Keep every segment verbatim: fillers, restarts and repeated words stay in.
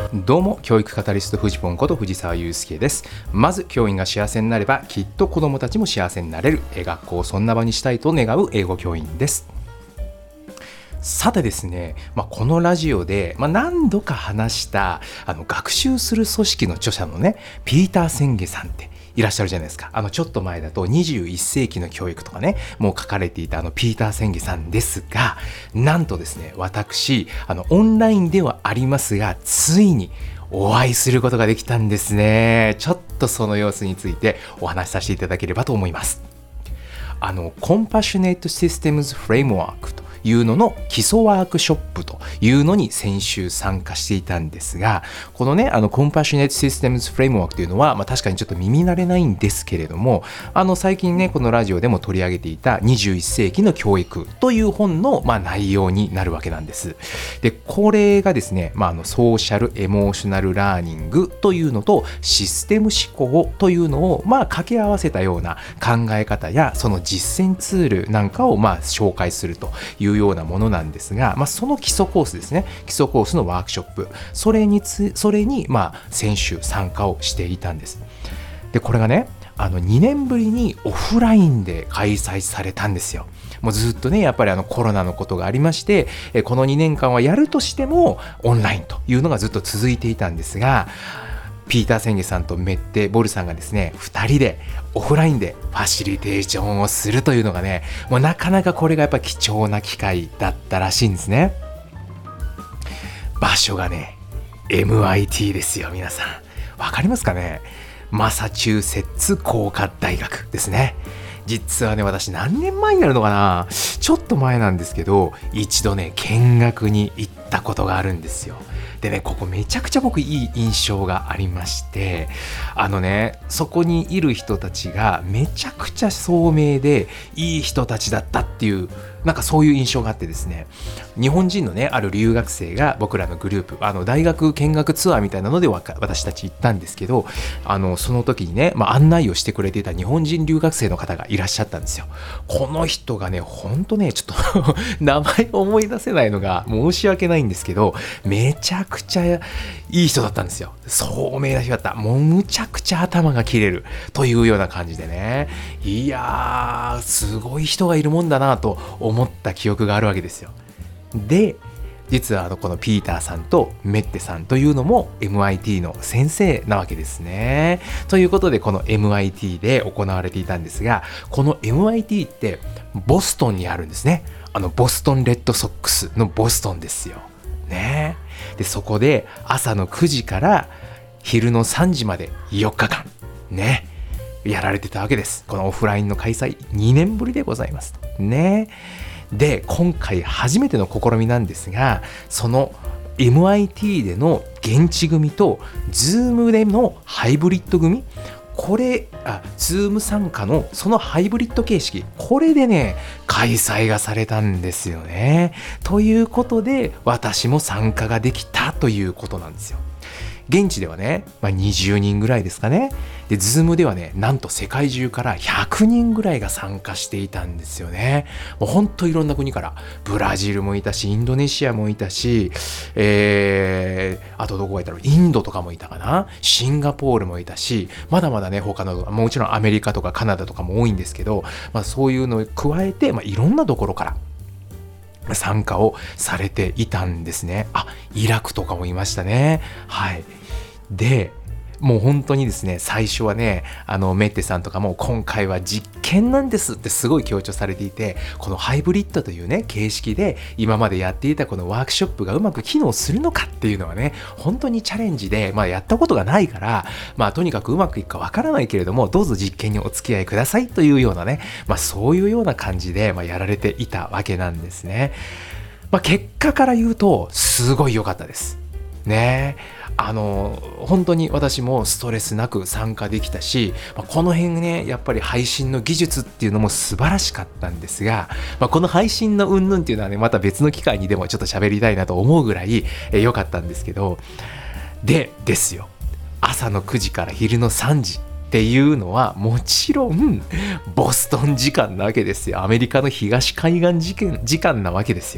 どうも、教育カタリストフジポンこと藤沢祐介です。まず教員が幸せになればきっと子どもたちも幸せになれる、学校をそんな場にしたいと願う英語教員です。さてですね、まあ、このラジオで、まあ、何度か話したあの学習する組織の著者のねピーター・センゲさんっていらっしゃるじゃないですか。あのちょっと前だとにじゅういっせいきの教育とかねもう書かれていたあのピーター・センゲさんですが、なんとですね私あのオンラインではありますがついにお会いすることができたんですね。ちょっとその様子についてお話しさせていただければと思います。あのコンパッショネットシステムズフレームワークというのの基礎ワークショップというのに先週参加していたんですが、このねあのコンパッショネットシステムズフレームワークというのは、まあ、確かにちょっと耳慣れないんですけれども、あの最近ねこのラジオでも取り上げていたにじゅういっせいきの教育という本の、まあ、内容になるわけなんです。でこれがですね、まあ、あのソーシャルエモーショナルラーニングというのとシステム思考というのを、まあ、掛け合わせたような考え方やその実践ツールなんかを、まあ、紹介するといういうようなものなんですが、まあ、その基礎コースですね、基礎コースのワークショップ、それにつそれにまあ先週参加をしていたんです。でこれがねあのにねんぶりにオフラインで開催されたんですよ。もうずっとねやっぱりあのコロナのことがありまして、このにねんかんはやるとしてもオンラインというのがずっと続いていたんですが、ピーター・センゲさんとメッテ・ボルさんがですねふたりでオフラインでファシリテーションをするというのがね、もうなかなかこれがやっぱ貴重な機会だったらしいんですね。場所がね エムアイティー ですよ。皆さんわかりますかね。マサチューセッツ工科大学ですね。実はね私何年前になるのかな、ちょっと前なんですけど一度ね見学に行ったことがあるんですよ。でねここめちゃくちゃ僕いい印象がありまして、あのねそこにいる人たちがめちゃくちゃ聡明でいい人たちだったっていう、なんかそういう印象があってですね、日本人のねある留学生が僕らのグループあの大学見学ツアーみたいなので私たち行ったんですけど、あのその時にね、まあ、案内をしてくれていた日本人留学生の方がいらっしゃったんですよ。この人がねほんとねちょっと名前思い出せないのが申し訳ないんですけど、めちゃくちゃいい人だったんですよ。聡明な人だった。もうむちゃくちゃ頭が切れるというような感じでね、いやーすごい人がいるもんだなと思った記憶があるわけですよ。で実はあのこのピーターさんとメッテさんというのも エムアイティー の先生なわけですね。ということでこの エムアイティー で行われていたんですが、この エムアイティー ってボストンにあるんですね。あのボストンレッドソックスのボストンですよね。でそこで朝のくじから昼のさんじまでよっかかんねやられてたわけです。このオフラインの開催にねんぶりでございますね。で今回初めての試みなんですが、その エムアイティー での現地組と Zoom でのハイブリッド組、これあ Zoom 参加のそのハイブリッド形式、これでね開催がされたんですよね。ということで私も参加ができたということなんですよ。現地ではね、まあ、にじゅうにんぐらいですかね。で、Zoom ではね、なんと世界中からひゃくにんぐらいが参加していたんですよね。もうほんといろんな国から、ブラジルもいたし、インドネシアもいたし、えー、あとどこがいたの？インドとかもいたかな？シンガポールもいたし、まだまだね、他の、もちろんアメリカとかカナダとかも多いんですけど、まあ、そういうのを加えて、まあ、いろんなところから参加をされていたんですね。あ、イラクとかもいましたね。はい。でもう本当にですね最初はねあのメッテさんとかも今回は実験なんですってすごい強調されていて、このハイブリッドというね形式で今までやっていたこのワークショップがうまく機能するのかっていうのはね本当にチャレンジで、まあ、やったことがないからまあとにかくうまくいくかわからないけれどもどうぞ実験にお付き合いくださいというようなね、まあ、そういうような感じで、まあ、やられていたわけなんですね。まあ、結果から言うとすごい良かったですね。あの本当に私もストレスなく参加できたし、まあ、この辺ねやっぱり配信の技術っていうのも素晴らしかったんですが、まあ、この配信の云々っていうのはねまた別の機会にでもちょっと喋りたいなと思うぐらい良、えかったんですけど、でですよ朝のくじから昼のさんじっていうのはもちろんボストン時間なわけですよ。アメリカの東海岸時間、時間なわけですよ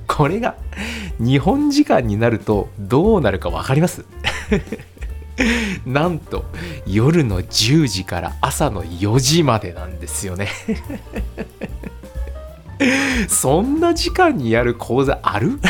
これが日本時間になるとどうなるか分かります？なんと夜のじゅうじから朝のよじまでなんですよね。そんな時間にやる講座ある？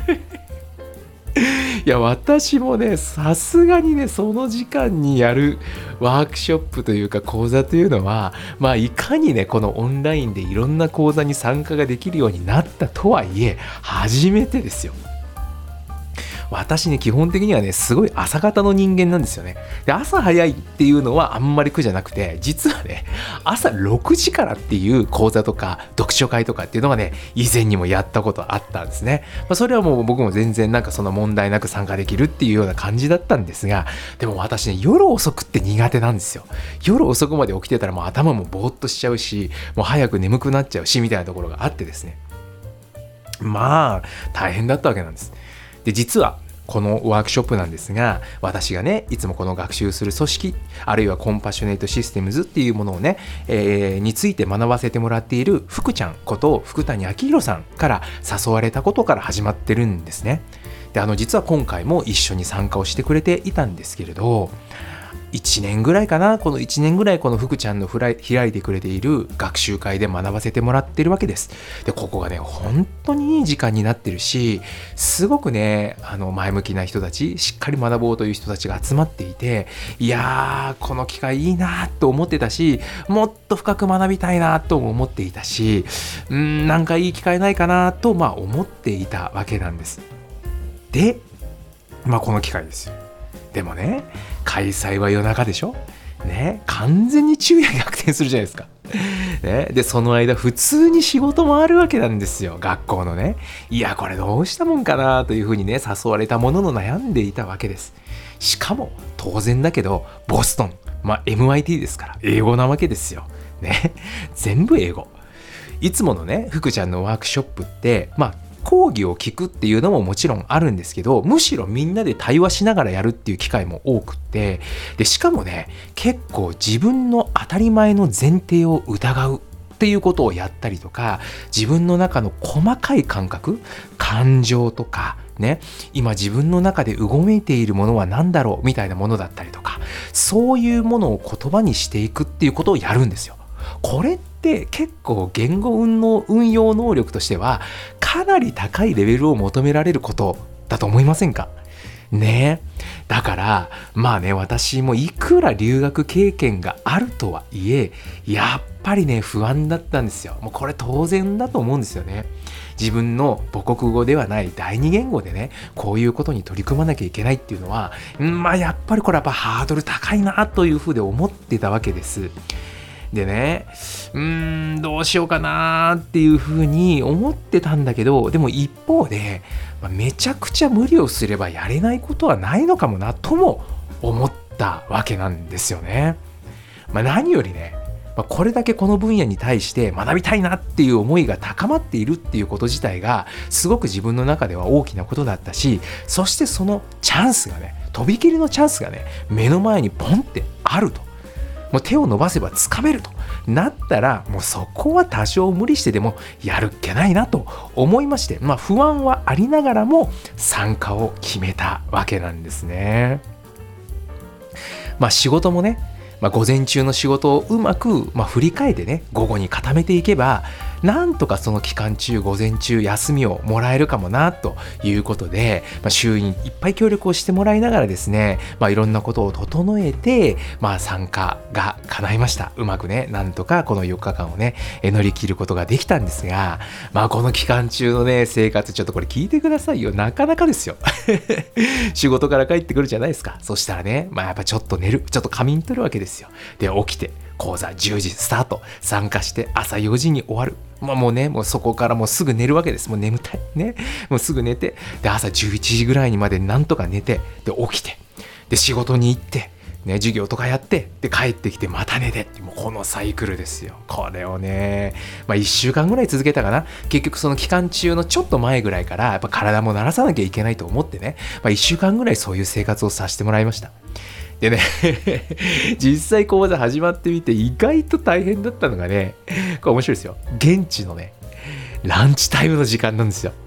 いや私もねさすがにねその時間にやるワークショップというか講座というのはまあいかにねこのオンラインでいろんな講座に参加ができるようになったとはいえ初めてですよ。私ね基本的にはねすごい朝方の人間なんですよね。で朝早いっていうのはあんまり苦じゃなくて、実はね朝ろくじからっていう講座とか読書会とかっていうのがね以前にもやったことあったんですね。まあ、それはもう僕も全然なんかその問題なく参加できるっていうような感じだったんですが、でも私ね夜遅くって苦手なんですよ。夜遅くまで起きてたらもう頭もぼーっとしちゃうし、もう早く眠くなっちゃうしみたいなところがあってですね、まあ大変だったわけなんです。で実はこのワークショップなんですが、私がねいつもこの学習する組織あるいはコンパッショネートシステムズっていうものをね、えー、について学ばせてもらっている福ちゃんこと福谷明宏さんから誘われたことから始まってるんですね。であの実は今回も一緒に参加をしてくれていたんですけれど、いちねんぐらいかな、このいちねんぐらいこの福ちゃんの開いてくれている学習会で学ばせてもらってるわけです。でここがね本当にいい時間になってるし、すごくねあの前向きな人たち、しっかり学ぼうという人たちが集まっていて、いやーこの機会いいなと思ってたし、もっと深く学びたいなとも思っていたし、うーんなんかいい機会ないかなとまあ思っていたわけなんです。でまあこの機会ですよ。でもね開催は夜中でしょね、完全に昼夜逆転するじゃないですか、ね、でその間普通に仕事もあるわけなんですよ、学校のね。いやこれどうしたもんかなというふうにね誘われたものの悩んでいたわけです。しかも当然だけどボストン、まあ エムアイティー ですから英語なわけですよね。全部英語。いつものね福ちゃんのワークショップってまあ講義を聞くっていうのももちろんあるんですけど、むしろみんなで対話しながらやるっていう機会も多くって、でしかもね結構自分の当たり前の前提を疑うっていうことをやったりとか、自分の中の細かい感覚、感情とかね、今自分の中でうごめいているものは何だろうみたいなものだったりとか、そういうものを言葉にしていくっていうことをやるんですよ。これって結構言語運用能力としてはかなり高いレベルを求められることだと思いませんかね。だからまあね私もいくら留学経験があるとはいえやっぱりね不安だったんですよ。もうこれ当然だと思うんですよね。自分の母国語ではない第二言語でねこういうことに取り組まなきゃいけないっていうのは、まあやっぱりこれはやっぱハードル高いなというふうで思ってたわけです。でね、うーんどうしようかなっていうふうに思ってたんだけど、でも一方で、まあ、めちゃくちゃ無理をすればやれないことはないのかもなとも思ったわけなんですよね。まあ、何よりね、まあ、これだけこの分野に対して学びたいなっていう思いが高まっているっていうこと自体がすごく自分の中では大きなことだったし、そしてそのチャンスがね、とびきりのチャンスがね目の前にポンってあると、もう手を伸ばせば掴めるとなったら、もうそこは多少無理してでもやるっけないなと思いまして、まあ不安はありながらも参加を決めたわけなんですね。まあ仕事もね、まあ、午前中の仕事をうまく、まあ、振り替えてね午後に固めていけばなんとかその期間中午前中休みをもらえるかもなということで、まあ、周囲にいっぱい協力をしてもらいながらですね、まあ、いろんなことを整えて、まあ、参加が叶いました。うまくねなんとかこのよっかかんをね乗り切ることができたんですが、まあこの期間中のね生活ちょっとこれ聞いてくださいよ。なかなかですよ仕事から帰ってくるじゃないですか。そしたらねまあやっぱちょっと寝る、ちょっと仮眠取るわけですよ。で起きて講座じゅうじスタート、参加して朝よじに終わる。まあもうねもうそこからもうすぐ寝るわけです。もう眠たいね、もうすぐ寝て、で朝じゅういちじぐらいにまでなんとか寝て、で起きて、で仕事に行ってね授業とかやって、で帰ってきてまた寝て、もうこのサイクルですよ。これをねまあいっしゅうかんぐらい続けたかな。結局その期間中のちょっと前ぐらいからやっぱ体も慣らさなきゃいけないと思ってね、まあいっしゅうかんぐらいそういう生活をさせてもらいました。でね実際講座始まってみて意外と大変だったのがね、これ面白いですよ。現地のねランチタイムの時間なんですよ。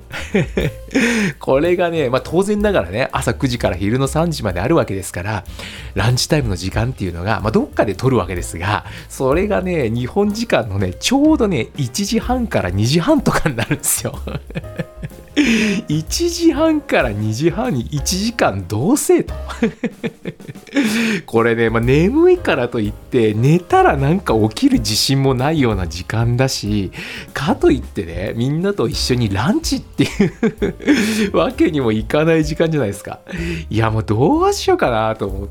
これがね、まあ当然ながらね、朝くじから昼のさんじまであるわけですから、ランチタイムの時間っていうのが、まあどっかで取るわけですが、それがね、日本時間のね、ちょうどね、いちじはんからにじはんとかになるんですよ。いちじはんからにじはんにいちじかん同棲と。これね、まあ、眠いからといって寝たらなんか起きる自信もないような時間だし、かといってね、みんなと一緒にランチっていうわけにもいかない時間じゃないですか。いやもうどうしようかなと思って、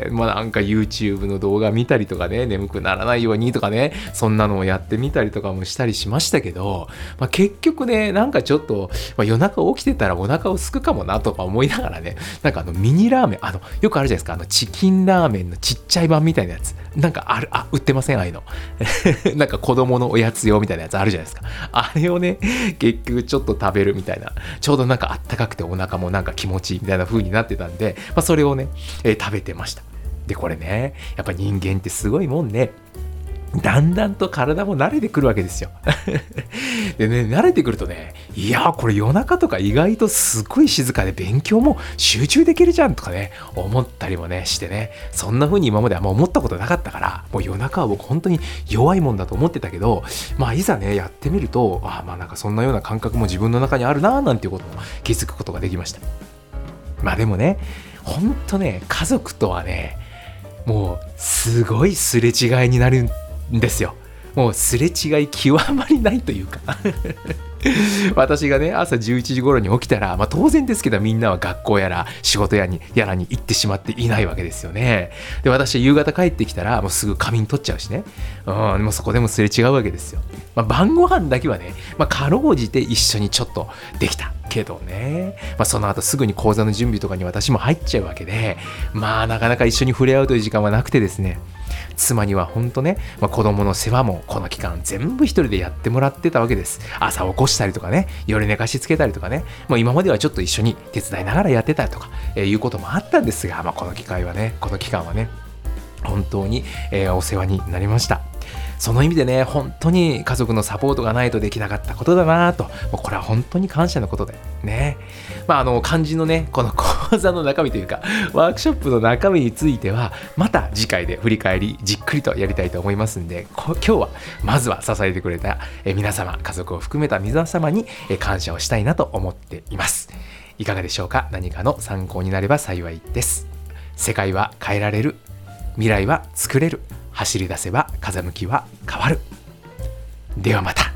まあなんか YouTube の動画見たりとかね、眠くならないようにとかね、そんなのをやってみたりとかもしたりしましたけど、まあ、結局ね、なんかちょっと、まあ、夜中起きてたらお腹をすくかもなとか思いながらね、なんかあのミニラーメン、あのよくあるじゃないですか、あのチキンラーメンのちっちゃい版みたいなやつ、なんかある、あ、売ってませんああいうの。なんか子供のおやつ用みたいなやつあるじゃないですか。あれをね、結局ちょっと食べるみたいな、ちょうどなんかあったかくてお腹もなんか気持ちいいみたいな風になってたんで、まあ、それをね、えー、食べてました。で、これね、やっぱ人間ってすごいもんね。だんだんと体も慣れてくるわけですよ。でね、慣れてくるとね、いやーこれ夜中とか意外とすごい静かで勉強も集中できるじゃんとかね、思ったりもねしてね、そんな風に今まであんま思ったことなかったから、もう夜中は僕本当に弱いもんだと思ってたけど、まあいざね、やってみると、あまあなんかそんなような感覚も自分の中にあるなーなんていうことも気づくことができました。まあでもね、ほんとね、家族とはね、もうすごいすれ違いになるんですよ。もうすれ違い極まりないというか私がね朝じゅういちじ頃に起きたら、まあ、当然ですけどみんなは学校やら仕事やにやらに行ってしまっていないわけですよね。で私は夕方帰ってきたらもうすぐ仮眠取っちゃうしね、うん、もうそこでもすれ違うわけですよ。まあ、晩ご飯だけはね、まあ、かろうじて一緒にちょっとできたけどね、まあ、その後すぐに講座の準備とかに私も入っちゃうわけで、まあなかなか一緒に触れ合うという時間はなくてですね、妻には本当ね、まあ、子供の世話もこの期間全部一人でやってもらってたわけです。朝起こしたりとかね、夜寝かしつけたりとかね、もう今まではちょっと一緒に手伝いながらやってたとか、えー、いうこともあったんですが、まあ、この機会はね、この期間はね、本当に、えー、お世話になりました。その意味でね、本当に家族のサポートがないとできなかったことだなと、もうこれは本当に感謝のことでね。まああの漢字のね、この講座の中身というかワークショップの中身についてはまた次回で振り返りじっくりとやりたいと思いますんで、今日はまずは支えてくれたえ皆様、家族を含めた皆様にえ感謝をしたいなと思っています。いかがでしょうか。何かの参考になれば幸いです。世界は変えられる、未来は作れる、走り出せば風向きは変わる。ではまた。